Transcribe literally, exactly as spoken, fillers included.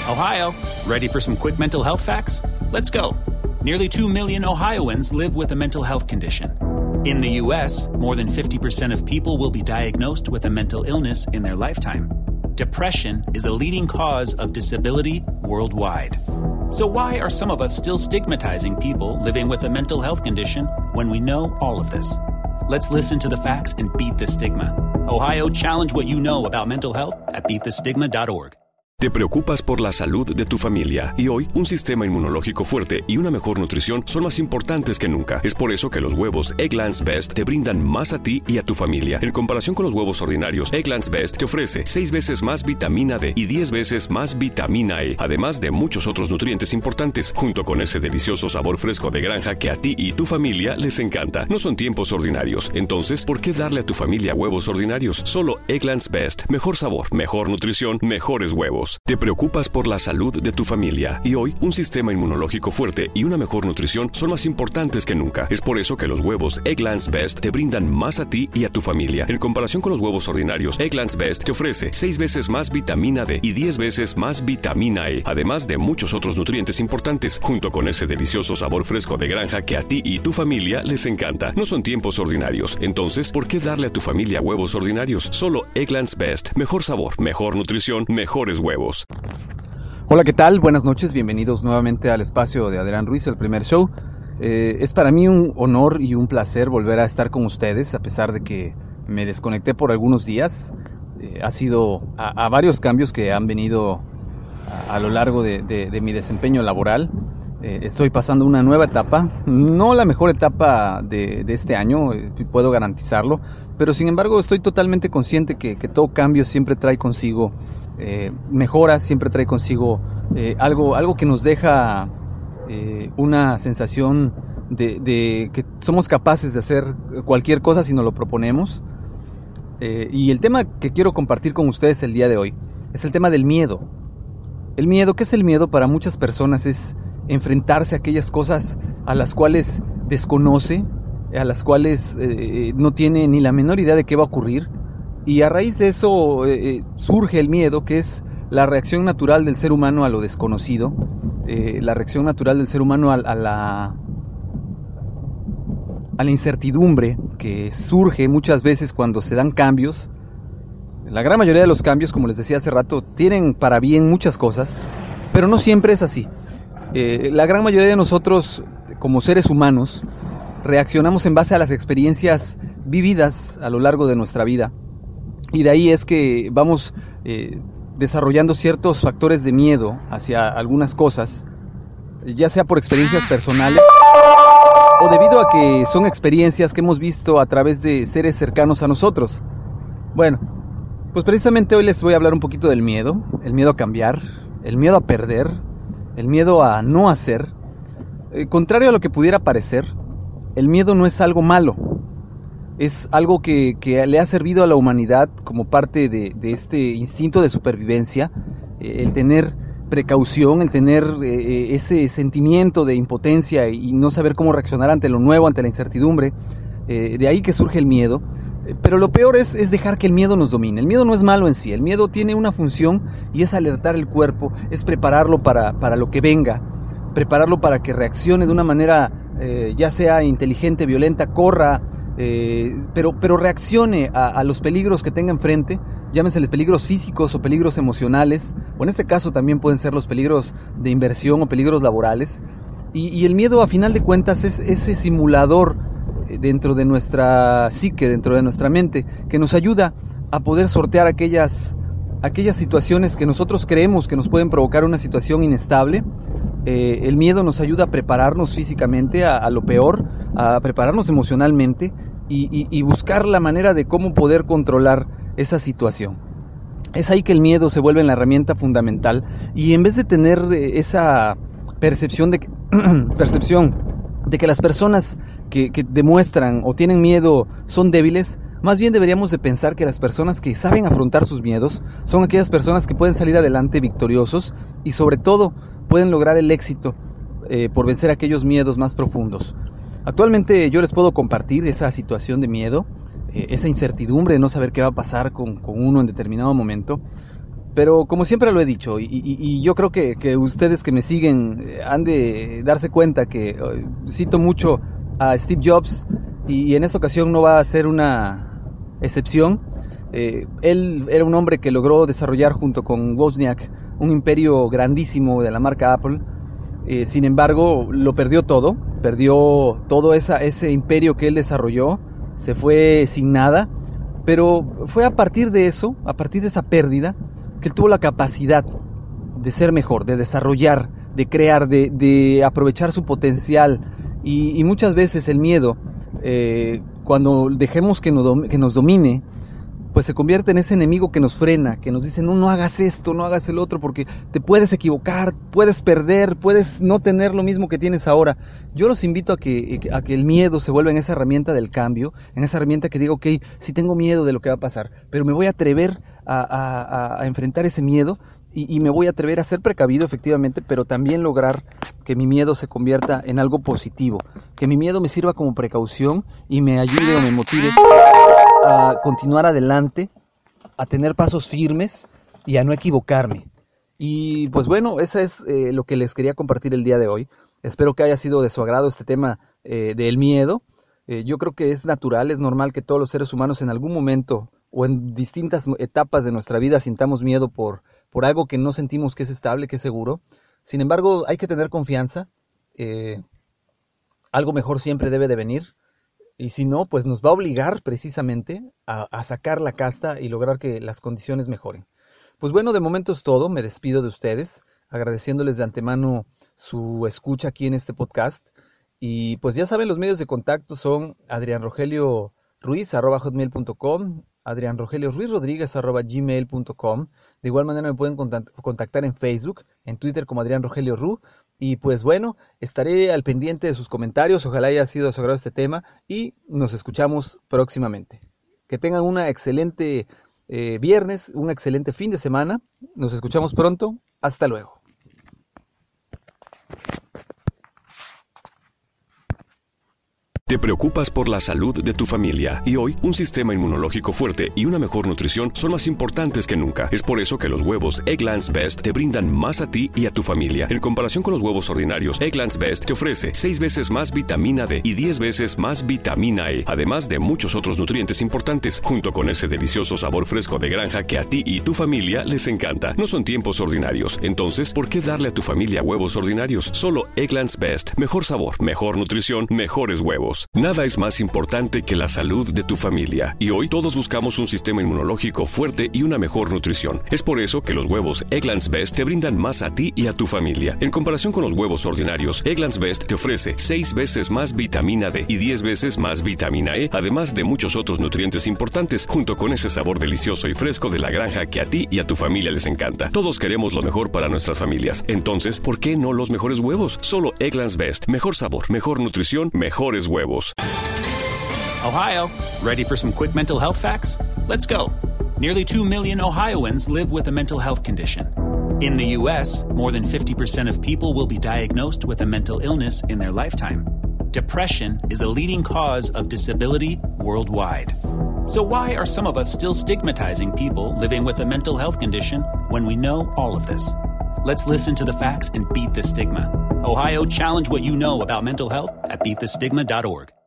Ohio, ready for some quick mental health facts? Let's go. Nearly two million Ohioans live with a mental health condition. In the U S, more than fifty percent of people will be diagnosed with a mental illness in their lifetime. Depression is a leading cause of disability worldwide. So why are some of us still stigmatizing people living with a mental health condition when we know all of this? Let's listen to the facts and beat the stigma. Ohio, challenge what you know about mental health at beat the stigma dot org. Te preocupas por la salud de tu familia y hoy un sistema inmunológico fuerte y una mejor nutrición son más importantes que nunca. Es por eso que los huevos Eggland's Best te brindan más a ti y a tu familia. En comparación con los huevos ordinarios, Eggland's Best te ofrece seis veces más vitamina D y diez veces más vitamina E, además de muchos otros nutrientes importantes, junto con ese delicioso sabor fresco de granja que a ti y tu familia les encanta. No son tiempos ordinarios, entonces, ¿por qué darle a tu familia huevos ordinarios? Solo Eggland's Best. Mejor sabor, mejor nutrición, mejores huevos. Te preocupas por la salud de tu familia y hoy un sistema inmunológico fuerte y una mejor nutrición son más importantes que nunca. Es por eso que los huevos Eggland's Best te brindan más a ti y a tu familia. En comparación con los huevos ordinarios, Eggland's Best te ofrece seis veces más vitamina D y diez veces más vitamina E, además de muchos otros nutrientes importantes, junto con ese delicioso sabor fresco de granja que a ti y tu familia les encanta. No son tiempos ordinarios, entonces, ¿por qué darle a tu familia huevos ordinarios? Solo Eggland's Best. Mejor sabor, mejor nutrición, mejores huevos. Hola, ¿qué tal? Buenas noches, bienvenidos nuevamente al espacio de Adrián Ruiz, el primer show. Eh, es para mí un honor y un placer volver a estar con ustedes, a pesar de que me desconecté por algunos días. Eh, ha sido a, a varios cambios que han venido a, a lo largo de, de, de mi desempeño laboral. Eh, estoy pasando una nueva etapa, no la mejor etapa de, de este año, eh, puedo garantizarlo, pero sin embargo estoy totalmente consciente que, que todo cambio siempre trae consigo eh, mejoras, siempre trae consigo eh, algo, algo que nos deja eh, una sensación de, de que somos capaces de hacer cualquier cosa si nos lo proponemos. Eh, y el tema que quiero compartir con ustedes el día de hoy es el tema del miedo. El miedo, ¿qué es el miedo? Para muchas personas es enfrentarse a aquellas cosas a las cuales desconoce, a las cuales eh, no tiene ni la menor idea de qué va a ocurrir, y a raíz de eso eh, surge el miedo, que es la reacción natural del ser humano a lo desconocido, eh, la reacción natural del ser humano a, a la a la incertidumbre que surge muchas veces cuando se dan cambios. La gran mayoría de los cambios, como les decía hace rato, tienen para bien muchas cosas, pero no siempre es así. Eh, la gran mayoría de nosotros, como seres humanos, reaccionamos en base a las experiencias vividas a lo largo de nuestra vida, y de ahí es que vamos eh, desarrollando ciertos factores de miedo hacia algunas cosas, ya sea por experiencias personales o debido a que son experiencias que hemos visto a través de seres cercanos a nosotros. Bueno, pues precisamente hoy les voy a hablar un poquito del miedo, el miedo a cambiar, el miedo a perder, el miedo a no hacer. Eh, contrario a lo que pudiera parecer, el miedo no es algo malo. Es algo que, que le ha servido a la humanidad como parte de, de este instinto de supervivencia, eh, el tener precaución, el tener eh, ese sentimiento de impotencia y no saber cómo reaccionar ante lo nuevo, ante la incertidumbre. Eh, de ahí que surge el miedo. Eh, pero lo peor es, es dejar que el miedo nos domine. El miedo no es malo en sí, el miedo tiene una función y es alertar el cuerpo, es prepararlo para, para lo que venga, prepararlo para que reaccione de una manera eh, ya sea inteligente, violenta, corra, eh, pero, pero reaccione a, a los peligros que tenga enfrente, llámense peligros físicos o peligros emocionales, o en este caso también pueden ser los peligros de inversión o peligros laborales. Y, y el miedo, a final de cuentas, es ese simulador dentro de nuestra psique, dentro de nuestra mente, que nos ayuda a poder sortear aquellas, aquellas situaciones que nosotros creemos que nos pueden provocar una situación inestable. Eh, el miedo nos ayuda a prepararnos físicamente a, a lo peor, a prepararnos emocionalmente y, y, y buscar la manera de cómo poder controlar esa situación. Es ahí que el miedo se vuelve la herramienta fundamental, y en vez de tener esa percepción de que, percepción de que las personas que, que demuestran o tienen miedo son débiles, más bien deberíamos de pensar que las personas que saben afrontar sus miedos son aquellas personas que pueden salir adelante victoriosos y sobre todo pueden lograr el éxito eh, por vencer aquellos miedos más profundos. Actualmente yo les puedo compartir esa situación de miedo, eh, esa incertidumbre de no saber qué va a pasar con, con uno en determinado momento. Pero como siempre lo he dicho, y, y, y yo creo que, que ustedes que me siguen han de darse cuenta que uh, cito mucho a Steve Jobs, y, y en esta ocasión no va a ser una excepción. Eh, él era un hombre que logró desarrollar junto con Wozniak un imperio grandísimo de la marca Apple. Eh, sin embargo, lo perdió todo, perdió todo esa, ese imperio que él desarrolló, se fue sin nada, pero fue a partir de eso, a partir de esa pérdida, que él tuvo la capacidad de ser mejor, de desarrollar, de crear, de, de aprovechar su potencial. Y, y muchas veces el miedo, eh, cuando dejemos que nos, que nos domine, pues se convierte en ese enemigo que nos frena, que nos dice, no, no hagas esto, no hagas el otro, porque te puedes equivocar, puedes perder, puedes no tener lo mismo que tienes ahora. Yo los invito a que, a que el miedo se vuelva en esa herramienta del cambio, en esa herramienta que diga, ok, sí tengo miedo de lo que va a pasar, pero me voy a atrever a, a, a enfrentar ese miedo y, y me voy a atrever a ser precavido efectivamente, pero también lograr que mi miedo se convierta en algo positivo, que mi miedo me sirva como precaución y me ayude o me motive a continuar adelante, a tener pasos firmes y a no equivocarme. Y pues bueno, eso es eh, lo que les quería compartir el día de hoy. Espero que haya sido de su agrado este tema eh, del miedo. Eh, yo creo que es natural, es normal que todos los seres humanos en algún momento o en distintas etapas de nuestra vida sintamos miedo por, por algo que no sentimos que es estable, que es seguro. Sin embargo, hay que tener confianza. Eh, algo mejor siempre debe de venir. Y si no, pues nos va a obligar precisamente a, a sacar la casta y lograr que las condiciones mejoren. Pues bueno, de momento es todo. Me despido de ustedes, agradeciéndoles de antemano su escucha aquí en este podcast. Y pues ya saben, los medios de contacto son adrian rogelio ruiz arroba hotmail punto com, adrian rogelio ruiz rodríguez arroba gmail punto com. De igual manera me pueden contactar en Facebook, en Twitter como Adrián Rogelio Ru. Y pues bueno, estaré al pendiente de sus comentarios, ojalá haya sido de su agrado este tema y nos escuchamos próximamente. Que tengan una excelente eh, viernes, un excelente fin de semana, nos escuchamos pronto, hasta luego. Te preocupas por la salud de tu familia y hoy un sistema inmunológico fuerte y una mejor nutrición son más importantes que nunca. Es por eso que los huevos Eggland's Best te brindan más a ti y a tu familia. En comparación con los huevos ordinarios, Eggland's Best te ofrece seis veces más vitamina D y diez veces más vitamina E, además de muchos otros nutrientes importantes, junto con ese delicioso sabor fresco de granja que a ti y tu familia les encanta. No son tiempos ordinarios, entonces, ¿por qué darle a tu familia huevos ordinarios? Solo Eggland's Best. Mejor sabor, mejor nutrición, mejores huevos. Nada es más importante que la salud de tu familia, y hoy todos buscamos un sistema inmunológico fuerte y una mejor nutrición. Es por eso que los huevos Eggland's Best te brindan más a ti y a tu familia. En comparación con los huevos ordinarios, Eggland's Best te ofrece seis veces más vitamina D y diez veces más vitamina E, además de muchos otros nutrientes importantes, junto con ese sabor delicioso y fresco de la granja que a ti y a tu familia les encanta. Todos queremos lo mejor para nuestras familias. Entonces, ¿por qué no los mejores huevos? Solo Eggland's Best. Mejor sabor, mejor nutrición, mejores huevos. Ohio, ready for some quick mental health facts? Let's go. Nearly two million Ohioans live with a mental health condition. In the U S, more than fifty percent of people will be diagnosed with a mental illness in their lifetime. Depression is a leading cause of disability worldwide. So why are some of us still stigmatizing people living with a mental health condition when we know all of this? Let's listen to the facts and beat the stigma. Ohio, challenge what you know about mental health at beat the stigma dot org.